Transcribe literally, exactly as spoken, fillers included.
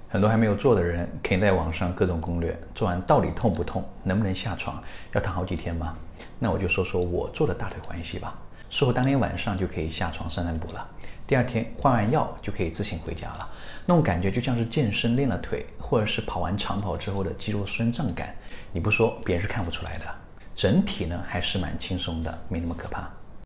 很多还没有做的人，肯定在网上各种攻略，做完到底痛不痛，能不能下床，要躺好几天吗？那我就说说我做的大腿环系吧。术后当天晚上就可以下床散散步了，第二天换完药就可以自行回家了。那种感觉就像是健身练了腿，或者是跑完长跑之后的肌肉酸胀感，你不说别人是看不出来的。整体呢还是蛮轻松的，没那么可怕。